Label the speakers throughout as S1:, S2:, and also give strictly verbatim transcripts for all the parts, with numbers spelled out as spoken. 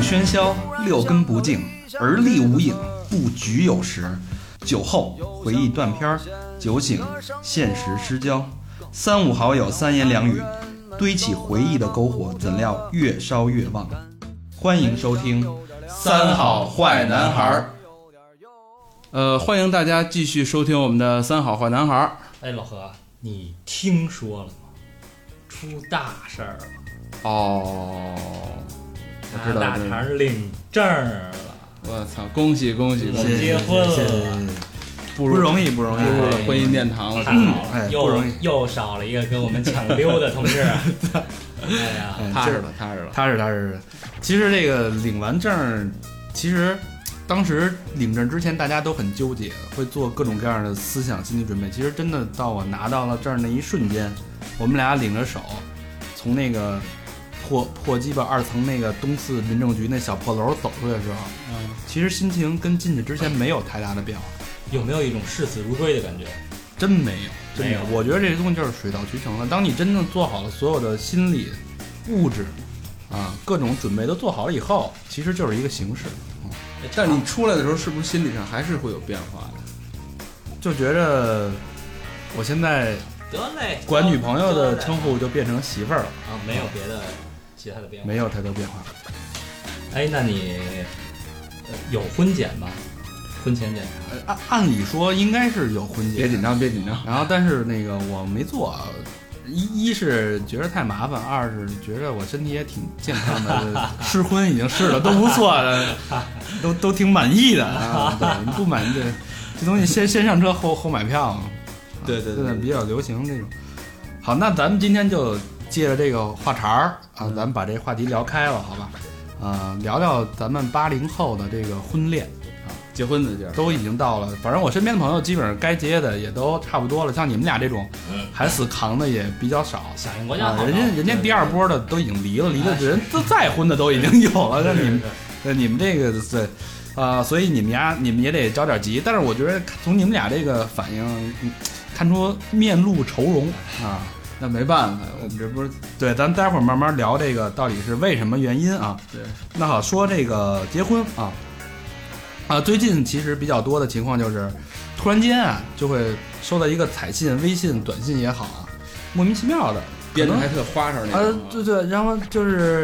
S1: 喧嚣，六根不净，而立无影，不局有时。酒后回忆断片，酒醒现实失焦。三五好友三言两语，堆起回忆的篝火，怎料越烧越旺。欢迎收听三好坏男孩。
S2: 呃，欢迎大家继续收听我们的三好坏男孩。
S3: 哎，老何，你听说了吗？出大事儿了！
S2: 哦，我知道，
S3: 大肠领证了！
S2: 我操，恭喜恭喜！
S3: 我结婚了，
S1: 不容易不容易，
S2: 步入婚姻殿堂了，
S3: 太好了，
S1: 哎，
S3: 又又少了一个跟我们抢溜的同志。哎呀，
S2: 踏实了，踏实了，
S1: 踏实踏实。其实这个领完证，其实当时领证之前大家都很纠结，会做各种各样的思想心理准备。其实真的到我拿到了证那一瞬间，我们俩领着手，从那个破破鸡巴二层那个东四民政局那小破楼走出来的时候，嗯，其实心情跟进去之前没有太大的变化。
S3: 有没有一种视死如归的感觉？
S1: 真没有，真没有。我觉得这个东西就是水到渠成了。当你真正做好了所有的心理、物质啊各种准备都做好了以后，其实就是一个形式。嗯，
S2: 但你出来的时候，是不是心理上还是会有变化的？
S1: 就觉着我现在
S3: 得嘞，
S1: 管女朋友的称呼就变成媳妇儿了
S3: 啊，没有别的其他的变化，
S1: 没有太多变化。
S3: 哎，那你、呃、有婚检吗？婚前检查？
S1: 按按理说应该是有婚检，
S2: 别紧张，别紧张。
S1: 然后，但是那个我没做，一一是觉得太麻烦，二是觉得我身体也挺健康的，试婚已经试了都不错的，都都挺满意的啊。对，不满意这这东西先先上车后后买票嘛。
S2: 对对
S1: 对，现在比较流行这种。好，那咱们今天就借着这个话茬儿啊，咱们把这个话题聊开了，好吧？啊，聊聊咱们八零后的这个婚恋。
S2: 结婚的劲儿
S1: 都已经到了，反正我身边的朋友基本上该结的也都差不多了，像你们俩这种还死扛的也比较少。
S3: 响应国家好、
S1: 啊，人家人家第二波的都已经离了，离的人都再婚的都已经有了。那你们，那你们这个对啊、呃，所以你们家你们也得着点急。但是我觉得从你们俩这个反应，看出面露愁容啊。
S2: 那没办法，我们这不是
S1: 对，咱待会儿慢慢聊这个到底是为什么原因啊。
S2: 对，
S1: 那好，说这个结婚啊。啊，最近其实比较多的情况就是，突然间啊，就会收到一个彩信、微信、短信也好啊，莫名其妙的，
S2: 编的还特花哨那种。
S1: 呃，对对，然后就是，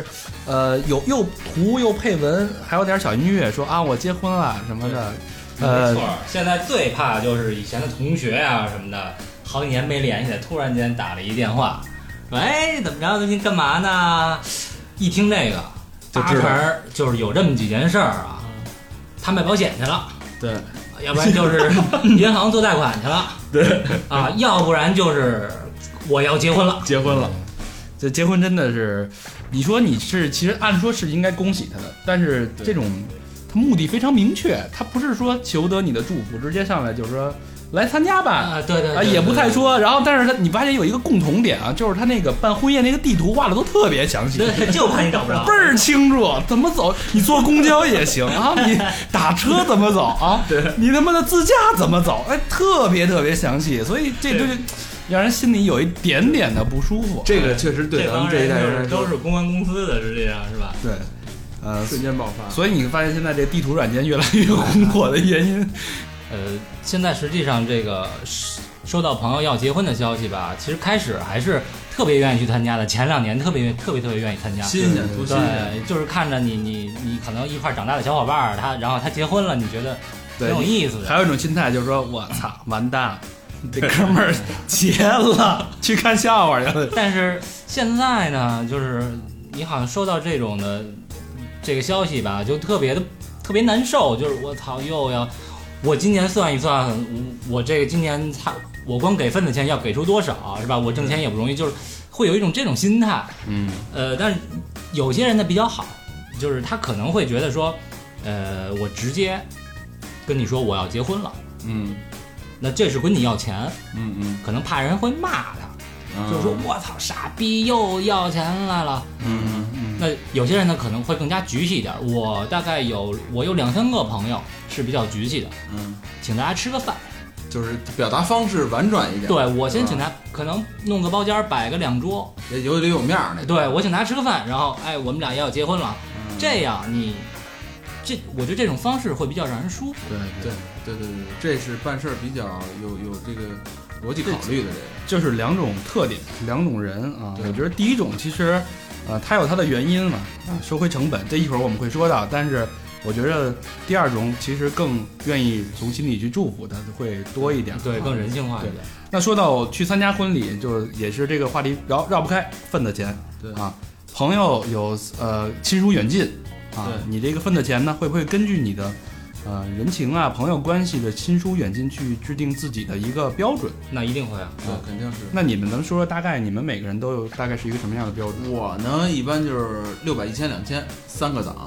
S1: 呃，有又图又配文，还有点小音乐，说啊我结婚了什么的。呃，
S3: 没错，现在最怕就是以前的同学啊什么的，好几年没联系的，突然间打了一电话，说哎怎么着，最近干嘛呢？一听这个，八成就是有这么几件事儿啊。他卖保险去了，
S1: 对，
S3: 要不然就是银行做贷款去了，
S1: 对，
S3: 啊，要不然就是我要结婚了，
S1: 结婚了。这结婚真的是，你说你是，其实按说是应该恭喜他的，但是这种他目的非常明确，他不是说求得你的祝福，直接上来就是说来参加吧，
S3: 啊，对 对, 对, 对，
S1: 啊，也不太说。然后，但是他你发现有一个共同点啊，就是他那个办婚宴那个地图画的都特别详细，
S3: 对，就怕你找不着，
S1: 倍儿清楚，怎么走，你坐公交也行啊，你打车怎么走啊，对，你他妈的自驾怎么走，哎，特别特别详细，所以这就让人心里有一点点的不舒服。
S2: 这个确实对咱们这一代人
S3: 都是公关公司的，实际上是吧？
S1: 对。呃，
S2: 瞬间爆发，
S1: 所以你发现现在这地图软件越来越红火的原因。
S3: 呃，现在实际上这个收到朋友要结婚的消息吧，其实开始还是特别愿意去参加的。前两年特别特别特别愿意参加，
S2: 新鲜，图新鲜。
S3: 对，就是看着你你你可能一块长大的小伙伴，他然后他结婚了，你觉得挺有意思的。
S1: 还有一种心态就是说，我操，完蛋了，这哥们儿结了，去看笑话去了。
S3: 但是现在呢，就是你好像收到这种的这个消息吧，就特别的特别难受，就是我操，又要。我今年算一算，我我这个今年他我光给份子钱要给出多少是吧？我挣钱也不容易，就是会有一种这种心态。
S1: 嗯，
S3: 呃，但是有些人呢比较好，就是他可能会觉得说，呃，我直接跟你说我要结婚了，
S1: 嗯，
S3: 那这是跟你要钱，
S1: 嗯嗯，
S3: 可能怕人会骂他，
S1: 嗯、
S3: 就是说我操傻逼又要钱来了，
S1: 嗯嗯嗯。
S3: 那有些人呢可能会更加局气一点，我大概有我有两三个朋友是比较局气的，
S1: 嗯，
S3: 请大家吃个饭，
S2: 就是表达方式婉转一点。
S3: 对，我先请他，可能弄个包间摆个两桌，
S2: 也有里有面儿那。
S3: 对，我请他吃个饭，然后哎，我们俩也要结婚了， 这样你这我觉得这种方式会比较让人舒服。
S2: 对对对对对，这是办事儿比较有有这个逻辑考虑的这个。
S1: 就是两种特点，两种人啊。我觉得第一种其实，呃，它有它的原因嘛，啊，收回成本，这一会儿我们会说到。但是我觉得第二种其实更愿意从心里去祝福他，会多一点，
S3: 对，更人性化一点。
S1: 那说到去参加婚礼，就也是这个话题绕绕不开份子钱，
S2: 对
S1: 啊，朋友有呃亲疏远近啊，你这个份子钱呢，会不会根据你的呃人情啊、朋友关系的亲疏远近去制定自己的一个标准？
S3: 那一定会啊，
S2: 对，肯定是。
S1: 那你们能说说大概你们每个人都有大概是一个什么样的标准？
S2: 我呢，一般就是六百、一千、两千三个档。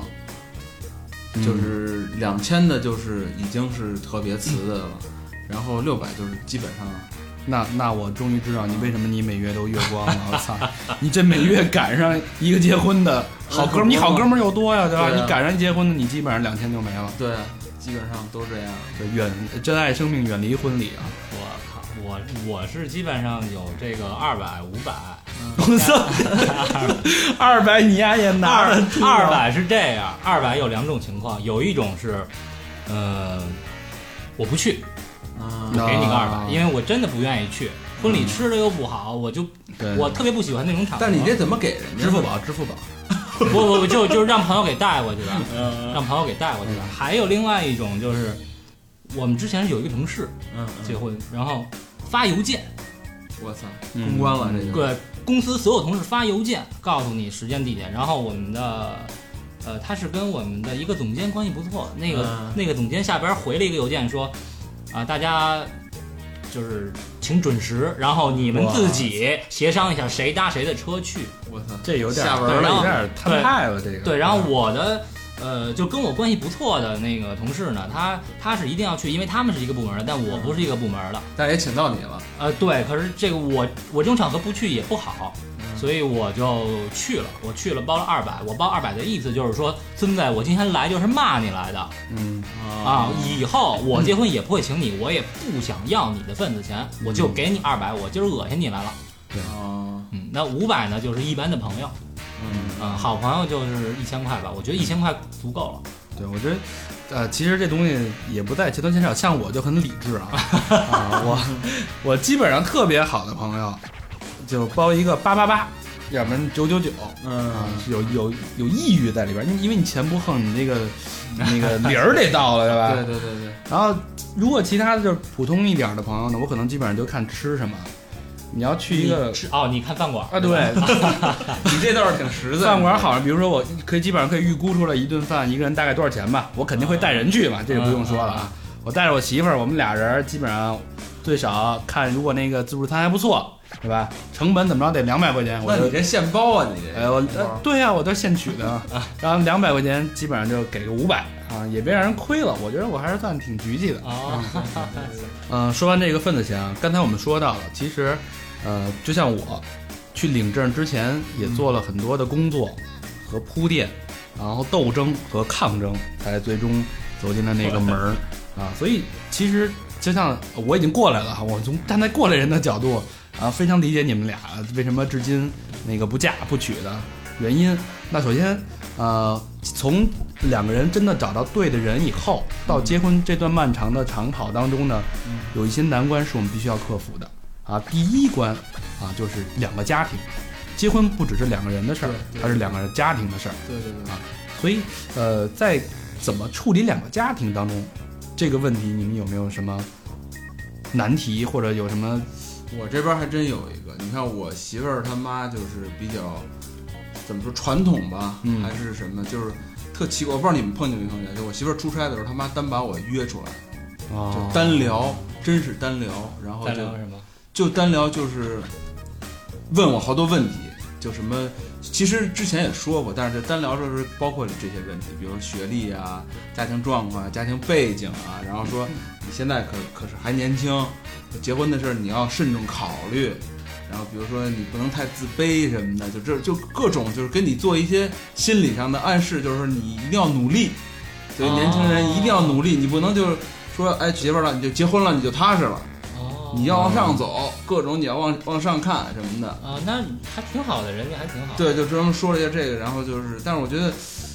S2: 就是两千的，就是已经是特别瓷的了，然后六百就是基本上。
S1: 那那我终于知道你为什么你每月都月光了，我操！你这每月赶上一个结婚的好哥们，你好哥们又多呀，对吧？
S2: 对啊、
S1: 你赶上一结婚的，你基本上两千就没了。
S2: 对，基本上都这样。
S1: 对，远珍爱生命，远离婚礼啊！
S3: 我靠，我我是基本上有这个二百、五百。
S1: 我操，二百你丫也拿了。
S3: 二百是这样，二百有两种情况，有一种是，呃，我不去，
S2: 啊、
S3: 我给你个二百，因为我真的不愿意去，婚礼吃的又不好，我就我特别不喜欢那种场合。
S2: 但你这怎么给人家？
S1: 支付宝，支付宝。
S3: 不不不，就就是让朋友给带过去的，让朋友给带过去的。还有另外一种就是，我们之前有一个同事，
S2: 嗯，
S3: 结婚，然后发邮件。
S2: 我操，公关了这就。
S3: 对，公司所有同事发邮件告诉你时间地点，然后我们的，呃，他是跟我们的一个总监关系不错，那个、嗯、那个总监下边回了一个邮件说，啊、呃，大家就是请准时，然后你们自己协商一下谁搭谁的车去。
S2: 我操，
S1: 这有点
S2: 下文了，
S1: 有点摊派了这个。
S3: 对，然后我的。呃，就跟我关系不错的那个同事呢，他他是一定要去，因为他们是一个部门的，但我不是一个部门的，
S2: 但也请到你了。
S3: 呃，对，可是这个我我这种场合不去也不好，嗯、所以我就去了。我去了，包了二百。我包二百的意思就是说，孙子，我今天来就是骂你来的。
S1: 嗯
S3: 啊，以后我结婚也不会请你，我也不想要你的份子钱，我就给你二百。我今儿恶心你来了。
S1: 对
S2: 哦，
S3: 嗯，那五百呢，就是一般的朋友。
S2: 嗯
S3: 啊，好朋友就是一千块吧，我觉得一千块足够了。
S1: 对，我觉得，呃，其实这东西也不在极端减少，像我就很理智啊，啊，我我基本上特别好的朋友，就包一个八八八，要不然九九九，
S2: 嗯，
S1: 啊，有有有抑郁在里边，因因为你钱不横，你那个那个理儿得到了，对吧？
S2: 对对对对。
S1: 然后如果其他的就是普通一点的朋友呢，我可能基本上就看吃什么。你要去一个
S3: 吃哦，你看饭馆
S1: 啊？对，
S2: 你这倒是挺实在。
S1: 饭馆好像，比如说我可以基本上可以预估出来一顿饭一个人大概多少钱吧，我肯定会带人去嘛，这个不用说了啊。我带着我媳妇儿，我们俩人基本上最少看，如果那个自助餐还不错，对吧？成本怎么着得两百块钱。
S2: 那你这现包啊？你这？
S1: 哎，我呃对呀、啊，我都现取的，然后两百块钱基本上就给个五百啊，也别让人亏了。我觉得我还是算挺局气的。
S3: 哦，
S1: 嗯，说完这个份子钱啊，刚才我们说到了，其实。呃，就像我去领证之前也做了很多的工作和铺垫，然后斗争和抗争，才最终走进了那个门儿啊。所以其实就像我已经过来了，我从站在过来人的角度啊，非常理解你们俩为什么至今那个不嫁不娶的原因。那首先，呃，从两个人真的找到对的人以后，到结婚这段漫长的长跑当中呢，有一些难关是我们必须要克服的。啊，第一关啊，就是两个家庭，结婚不只是两个人的事儿，它是两个人家庭的事儿。
S2: 对对对
S1: 啊，所以呃，在怎么处理两个家庭当中，这个问题你们有没有什么难题或者有什么？
S2: 我这边还真有一个，你看我媳妇儿她妈就是比较怎么说传统吧，
S1: 嗯、
S2: 还是什么，就是特奇怪，我不知道你们碰见没碰见，就我媳妇儿出差的时候，她妈单把我约出来，
S1: 哦、
S2: 就单聊，真是单聊，然后就
S3: 单聊什么？
S2: 就单聊就是问我好多问题，就什么，其实之前也说过，但是单聊的时候包括这些问题，比如学历啊、家庭状况、家庭背景啊，然后说你现在可可是还年轻，结婚的事儿你要慎重考虑，然后比如说你不能太自卑什么的，就这就各种就是跟你做一些心理上的暗示，就是说你一定要努力，所以年轻人一定要努力，你不能就是说哎媳妇儿了你就结婚了你就踏实了。你要往上走，各种你要往往上看什么的
S3: 啊，那还挺好的，人家还挺好。
S2: 对，就专门说了一下这个，然后就是，但是我觉得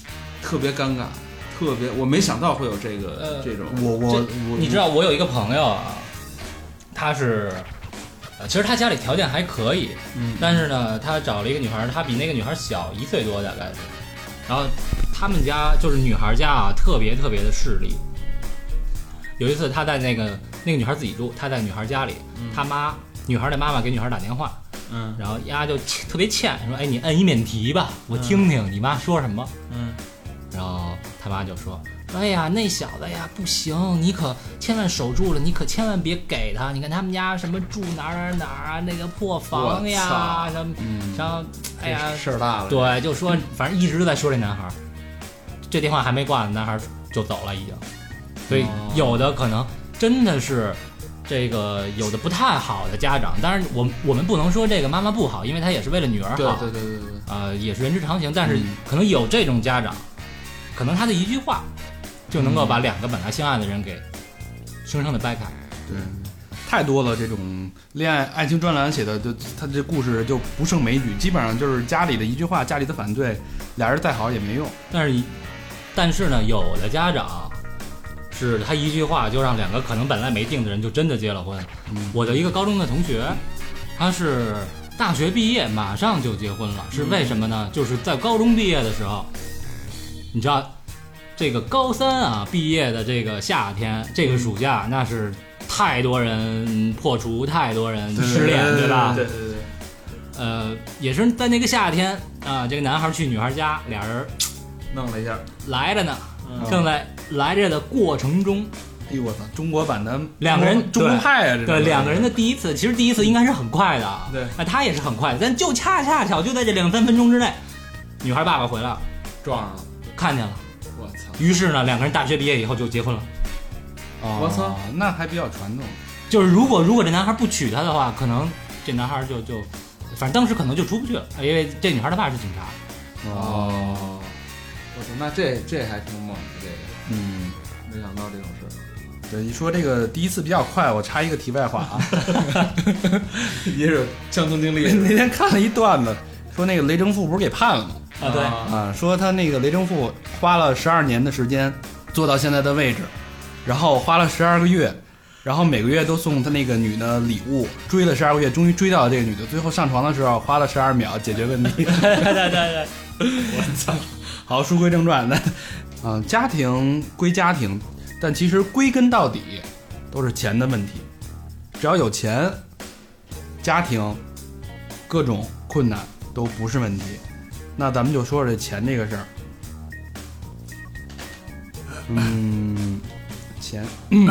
S2: 特别尴尬，特别我没想到会有这个、
S3: 呃、
S2: 这种。
S1: 我我我，
S3: 你知道我有一个朋友啊，他是，呃，其实他家里条件还可以，
S2: 嗯，
S3: 但是呢，他找了一个女孩，他比那个女孩小一岁多大概是，然后他们家就是女孩家啊，特别特别的势利。有一次他在那个那个女孩自己住，他在女孩家里，
S2: 嗯、
S3: 他妈女孩的妈妈给女孩打电话。
S2: 嗯，
S3: 然后丫就特别欠说，哎，你摁一免提吧，我听听你妈说什么。
S2: 嗯，
S3: 然后他妈就说，哎呀，那小子呀不行，你可千万守住了，你可千万别给他。你看他们家什么住哪儿哪儿哪儿啊，那个破房呀，什么，
S1: 嗯，
S3: 然后哎呀
S2: 事儿大了。
S3: 对，就说反正一直在说这男孩，这电话还没挂呢，男孩就走了已经。所以有的可能真的是。这个有的不太好的家长，当然我我们不能说这个妈妈不好，因为她也是为了女儿好，
S2: 对对对对对，
S3: 呃，也是人之常情。但是可能有这种家长，可能他的一句话就能够把两个本来相爱的人给生生的掰开。
S1: 对，太多了这种恋爱爱情专栏写的，就他这故事就不胜枚举，基本上就是家里的一句话，家里的反对，俩人再好也没用。
S3: 但是，但是呢，有的家长。是他一句话就让两个可能本来没定的人就真的结了婚。
S1: 嗯、
S3: 我的一个高中的同学，他是大学毕业马上就结婚了，是为什么呢？就是在高中毕业的时候，你知道，这个高三啊毕业的这个夏天，这个暑假那是太多人破除，太多人失恋，对吧？
S2: 对对对。
S3: 呃，也是在那个夏天啊，这个男孩去女孩家，俩人
S2: 弄了一下，
S3: 来着呢。正在来着的过程中，
S1: 哎呦我操！中国版的
S3: 两个人
S1: 中国派啊，这
S3: 对两个人的第一次，其实第一次应该是很快的，
S2: 对，
S3: 那他也是很快的，但就恰恰巧就在这两三分钟之内，女孩爸爸回来了，
S2: 撞上了，
S3: 看见了，
S2: 我操！
S3: 于是呢，两个人大学毕业以后就结婚了。
S1: 哦、
S2: 我操，
S1: 那还比较传统。
S3: 就是如果如果这男孩不娶她的话，可能这男孩就就，反正当时可能就出不去了，因为这女孩的爸是警察。
S2: 哦。我操，那这这还挺猛的，这个，
S1: 嗯，
S2: 没想到这种事儿。
S1: 对，一说这个第一次比较快，我插一个题外话啊，
S2: 也是乡村经历。
S1: 那天看了一段子，说那个雷政富不是给判了吗？
S3: 啊，对
S1: 啊，说他那个雷政富花了十二年的时间做到现在的位置，然后花了十二个月，然后每个月都送他那个女的礼物，追了十二个月，终于追到了这个女的，最后上床的时候花了十二秒解决问题。
S3: 对对对对，
S1: 我操！好，书归正传的，啊、呃，家庭归家庭，但其实归根到底都是钱的问题。只要有钱，家庭各种困难都不是问题。那咱们就说说这钱这个事儿。嗯，钱，嗯，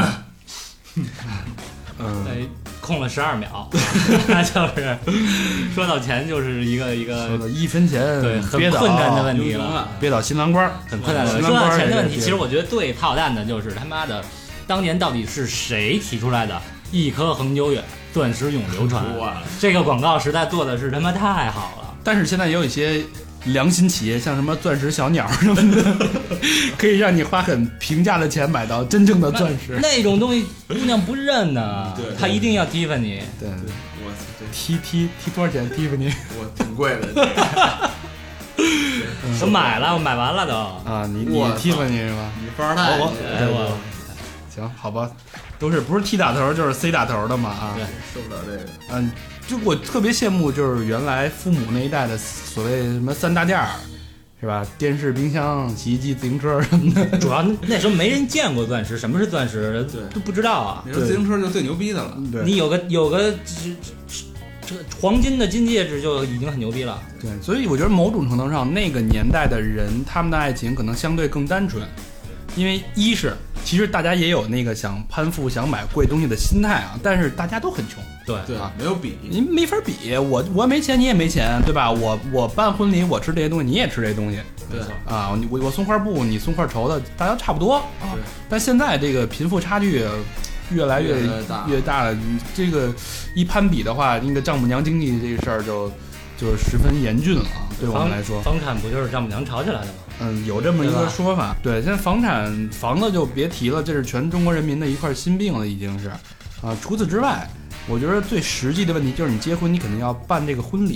S3: 嗯，对，空了十二秒，那就是说到钱，就是一个一个
S1: 说到一分钱，
S3: 对，很困难的问题了，
S1: 憋倒新郎官，
S3: 很困难的。说到钱的问题，其实我觉得最操蛋的就是他妈的，当年到底是谁提出来的“一颗恒久远，钻石永流传”？这个广告实在做的是他妈太好了。
S1: 但是现在也有一些良心企业，像什么钻石小鸟什么的，可以让你花很平价的钱买到真正的钻石。
S3: 那, 那种东西姑娘不认呢，
S2: 对，
S3: 她一定要 Tiffany。
S1: 对，
S2: 对我操，
S1: 踢踢踢多少钱 Tiffany？
S2: 我挺贵的。
S3: 我买了，我买完了都。
S1: 啊，你你 Tiffany 是吧？
S2: 你富二代，
S1: 我
S3: 哎我。
S1: 行，好吧，都是不是 T 打头就是 C 打头的嘛啊？
S3: 对，
S2: 受不了这个。
S1: 嗯。就我特别羡慕，就是原来父母那一代的所谓什么三大件儿，是吧？电视、冰箱、洗衣机、自行车什么的。
S3: 主要那时候没人见过钻石，什么是钻石，
S2: 对，
S3: 都不知道啊。
S2: 那时候自行车就最牛逼的了。
S1: 对，
S3: 你有个有个这黄金的金戒指就已经很牛逼了。
S1: 对，所以我觉得某种程度上，那个年代的人，他们的爱情可能相对更单纯，因为一是其实大家也有那个想攀附、想买贵东西的心态啊，但是大家都很穷。
S3: 对
S2: 对
S1: 啊，
S2: 没有比，
S1: 你没法比，我我没钱，你也没钱，对吧？我我办婚礼，我吃这些东西，你也吃这些东西，
S2: 对
S1: 啊，我我送块布，你送块绸的，大家差不多啊。但现在这个贫富差距越来越
S2: 越大
S1: 越大了，这个一攀比的话，那个丈母娘经济这个事儿就就十分严峻了啊。对我们来说，
S3: 房产不就是丈母娘吵起来的吗？
S1: 嗯，有这么一个说法。对，现在房产房子就别提了，这是全中国人民的一块心病了，已经是啊。除此之外，我觉得最实际的问题就是你结婚，你肯定要办这个婚礼，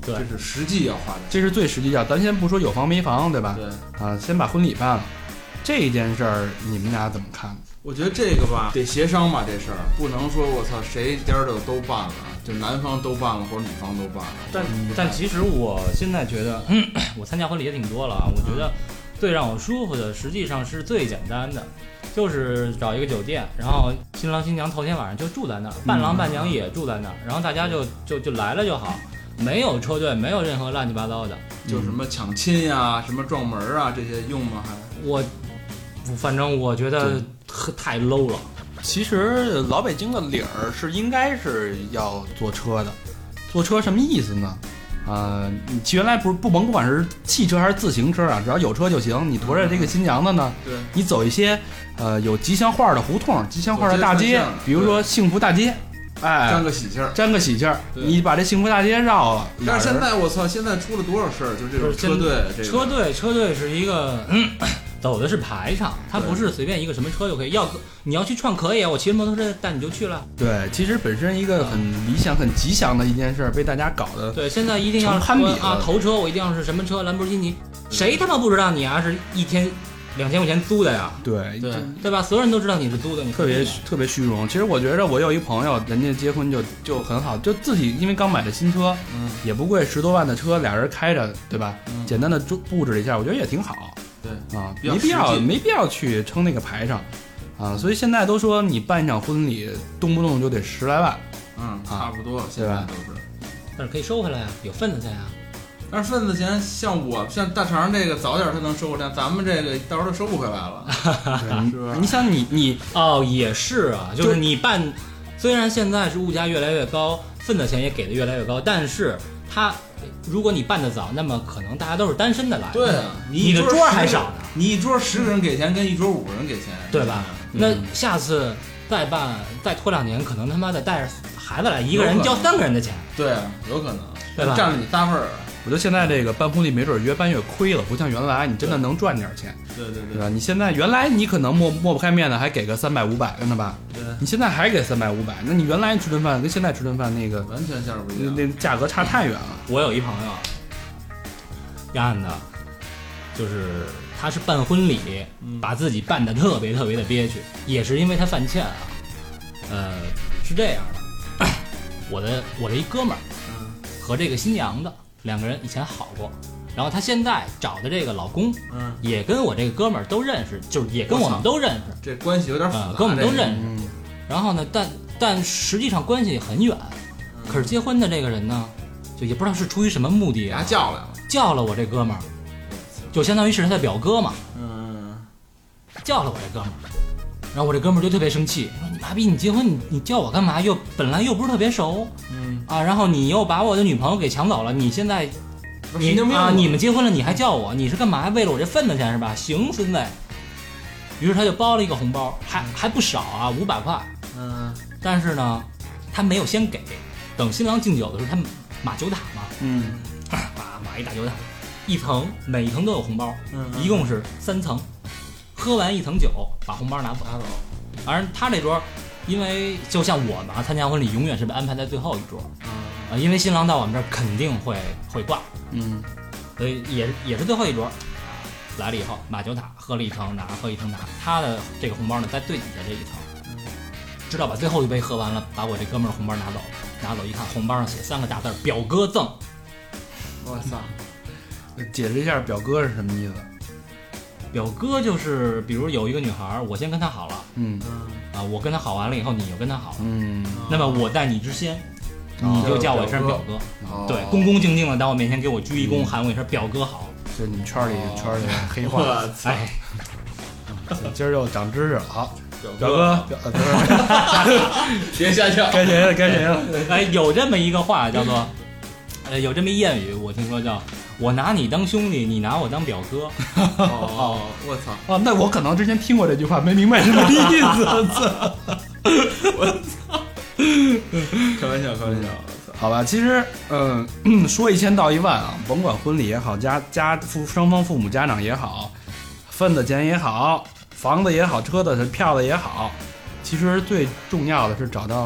S3: 对，
S2: 这是实际要花的钱。
S1: 这是最实际要。咱先不说有房没房，对吧？
S2: 对
S1: 啊，先把婚礼办了，这件事儿你们俩怎么看？
S2: 我觉得这个吧，得协商吧，这事儿不能说我操谁颠儿的都办了，就男方都办了或者女方都办了。
S3: 但但其实我现在觉得，嗯，我参加婚礼也挺多了啊，我觉得最让我舒服的，实际上是最简单的，就是找一个酒店，然后新郎新娘头天晚上就住在那儿，伴郎伴娘也住在那儿，然后大家就就就来了就好，没有车队，没有任何乱七八糟的，
S2: 就什么抢亲呀、什么撞门啊这些用吗？还
S3: 我反正我觉得太 low 了。
S1: 其实老北京的理儿是应该是要坐车的，坐车什么意思呢？呃，你原来不是不甭管是汽车还是自行车啊，只要有车就行。你驮着这个新娘子呢，
S2: 对，
S1: 你走一些呃有吉祥话的胡同、吉祥话的大街，比如说幸福大街，哎，
S2: 沾个喜气儿，
S1: 沾个喜气儿。你把这幸福大街绕了，
S2: 但是现在我操，现在出了多少事儿？就这种车队，这个、
S3: 车队车队是一个。嗯走的是排场，它不是随便一个什么车就可以。要你要去串可以啊，我骑着摩托车带你就去了。
S1: 对，其实本身一个很理想、很吉祥的一件事，被大家搞的。
S3: 对，现在一定要
S1: 攀比
S3: 啊，头车我一定要是什么车，兰博基尼，谁他妈不知道你啊是一天两千块钱租的呀？
S1: 对
S2: 对
S3: 对吧？所有人都知道你是租的，你
S1: 特别特别虚荣。其实我觉得我有一朋友，人家结婚就就很好，就自己因为刚买的新车，
S2: 嗯，
S1: 也不贵，十多万的车，俩人开着，对吧？
S2: 嗯、
S1: 简单的布置一下，我觉得也挺好。
S2: 对
S1: 啊，没必要没必要去撑那个排场，啊，所以现在都说你办一场婚礼，动不动就得十来万，
S2: 嗯，差不多，
S1: 啊、
S2: 现在都是。
S3: 但是可以收回来呀，有份子钱啊。
S2: 但是份子钱，像我像大肠这个早点他能收回来，咱们这个到时候收不回来了，是吧？
S1: 你想你你
S3: 哦也是啊，就是你办，虽然现在是物价越来越高，份子钱也给的越来越高，但是它。如果你办得早，那么可能大家都是单身的来。
S2: 对啊，
S3: 你的桌还少呢。
S2: 你一桌十个人给钱，跟一桌五个人给钱，
S3: 对吧？嗯、那下次再办，再拖两年，可能他妈的带着孩子来，一个人交三个人的钱。
S2: 对啊，有可能，
S3: 对吧？
S2: 占了你仨份儿。
S1: 我觉得现在这个办婚礼没准越办越亏了，不像原来你真的能赚点钱。
S2: 对对对，
S1: 对吧？你现在原来你可能抹抹不开面子，还给个三百五百的呢吧？
S2: 对，
S1: 你现在还给三百五百，那你原来吃顿饭跟现在吃顿饭那个
S2: 完全价不一样，
S1: 那价格差太远了。
S3: 我有一朋友。干的，就是他是办婚礼，
S2: 嗯、
S3: 把自己办得特别特别的憋屈，也是因为他犯欠啊。呃，是这样的，我的我的一哥们儿，
S2: 嗯，
S3: 和这个新娘子两个人以前好过，然后他现在找的这个老公，
S2: 嗯，
S3: 也跟我这个哥们儿都认识，就是也跟我们都认识，
S2: 这关系有点复杂，
S3: 呃，跟我们都认识。
S1: 嗯、
S3: 然后呢，但但实际上关系很远，
S2: 嗯、
S3: 可是结婚的这个人呢，就也不知道是出于什么目的啊，
S2: 给他叫来了。
S3: 叫了我这哥们儿，就相当于是他的表哥嘛。
S2: 嗯，
S3: 叫了我这哥们儿，然后我这哥们儿就特别生气，说你妈逼，你结婚你你叫我干嘛？又本来又不是特别熟，
S2: 嗯
S3: 啊，然后你又把我的女朋友给抢走了，你现在你
S2: 啊
S3: 你们结婚了你还叫我，你是干嘛？为了我这份子钱是吧？行，孙子。于是他就包了一个红包，还还不少啊，五百块。
S2: 嗯，
S3: 但是呢，他没有先给，等新郎敬酒的时候，他码酒塔嘛，
S1: 嗯。
S3: 把码一大酒塔，一层每一层都有红包，
S2: 嗯，
S3: 一共是三层。喝完一层酒，把红包拿走。
S2: 拿走。
S3: 而他这桌，因为就像我们啊，参加婚礼永远是被安排在最后一桌，
S2: 嗯、
S3: 啊，因为新郎到我们这儿肯定会会挂，
S1: 嗯，
S3: 所以也也是最后一桌。啊，来了以后，码酒塔喝了一层拿，喝一层拿，他的这个红包呢在最底下这一层，
S2: 嗯，
S3: 直到把最后一杯喝完了，把我这哥们儿红包拿走，拿走一看，红包上写三个大字“表哥赠”。
S2: 我操！
S1: 解释一下表哥是什么意思？
S3: 表哥就是比如有一个女孩，我先跟她好了，
S1: 嗯
S3: 啊，我跟她好完了以后，你又跟她好了，
S1: 嗯，
S3: 那么我在你之先，你就叫我一声表哥，
S2: 哦、
S3: 对，恭恭敬敬的到我面前给我鞠一躬，喊我一声表哥好。
S1: 这你们圈里、哦、圈里黑话，
S2: 我操！
S3: 哎，
S1: 今儿又长知识了。好，
S2: 表
S1: 哥，表哥，
S2: 别瞎叫，
S1: 该谁了？该谁了？
S3: 哎，有这么一个话叫做，呃，有这么一谚语，我听说叫“我拿你当兄弟，你拿我当表哥”。
S2: 哦，我操！
S1: 哦，那我可能之前听过这句话，没明白什么意思。我操！
S2: 我操！开玩笑，开玩笑。
S1: 好吧，其实，嗯、呃，说一千道一万啊，甭管婚礼也好，家家父双方父母家长也好，份子钱也好，房子也好，车子票子也好，其实最重要的是找到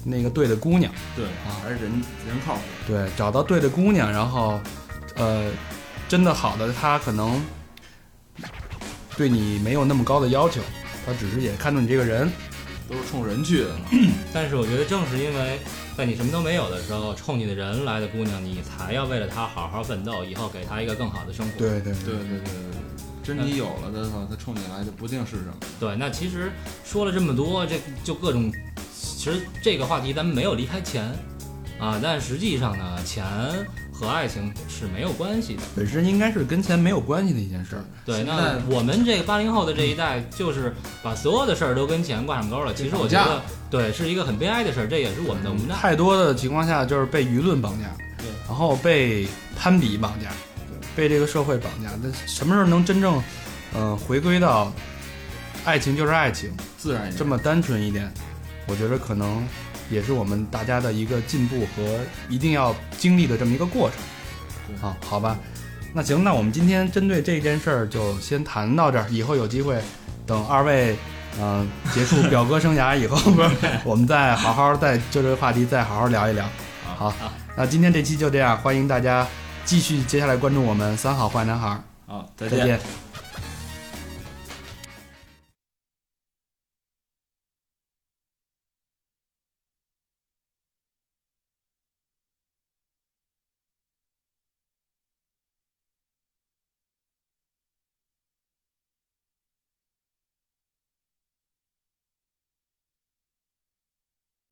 S1: 那个对的姑娘，
S2: 对啊，还是人人靠谱。
S1: 对，找到对的姑娘，然后，呃，真的好的他可能对你没有那么高的要求，他只是也看中你这个人，
S2: 都是冲人去的嘛。
S3: 但是我觉得正是因为在你什么都没有的时候，冲你的人来的姑娘，你才要为了她好好奋斗，以后给她一个更好的生活。
S1: 对对
S2: 对对对对对，真你有了的话，他冲你来的不定是什么。
S3: 对，那其实说了这么多，这就各种，其实这个话题咱们没有离开钱啊，但实际上呢，钱和爱情是没有关系的，
S1: 本身应该是跟钱没有关系的一件事儿。
S3: 对，那我们这个八零后的这一代，就是把所有的事儿都跟钱挂上钩了。其实我觉得，对，是一个很悲哀的事儿，这也是我们的无奈。
S1: 太多的情况下就是被舆论绑架，
S2: 对，
S1: 然后被攀比绑架，被这个社会绑架。那什么时候能真正，呃，回归到爱情就是爱情，
S2: 自然一点，
S1: 这么单纯一点？我觉得可能也是我们大家的一个进步和一定要经历的这么一个过程。啊，好吧，那行，那我们今天针对这件事儿就先谈到这儿，以后有机会等二位嗯、呃、结束表哥生涯以后，不是我们再好好再就这个话题再好好聊一聊。好，好，那今天这期就这样，欢迎大家继续接下来关注我们三好坏男孩。
S2: 好，
S1: 再见。再见。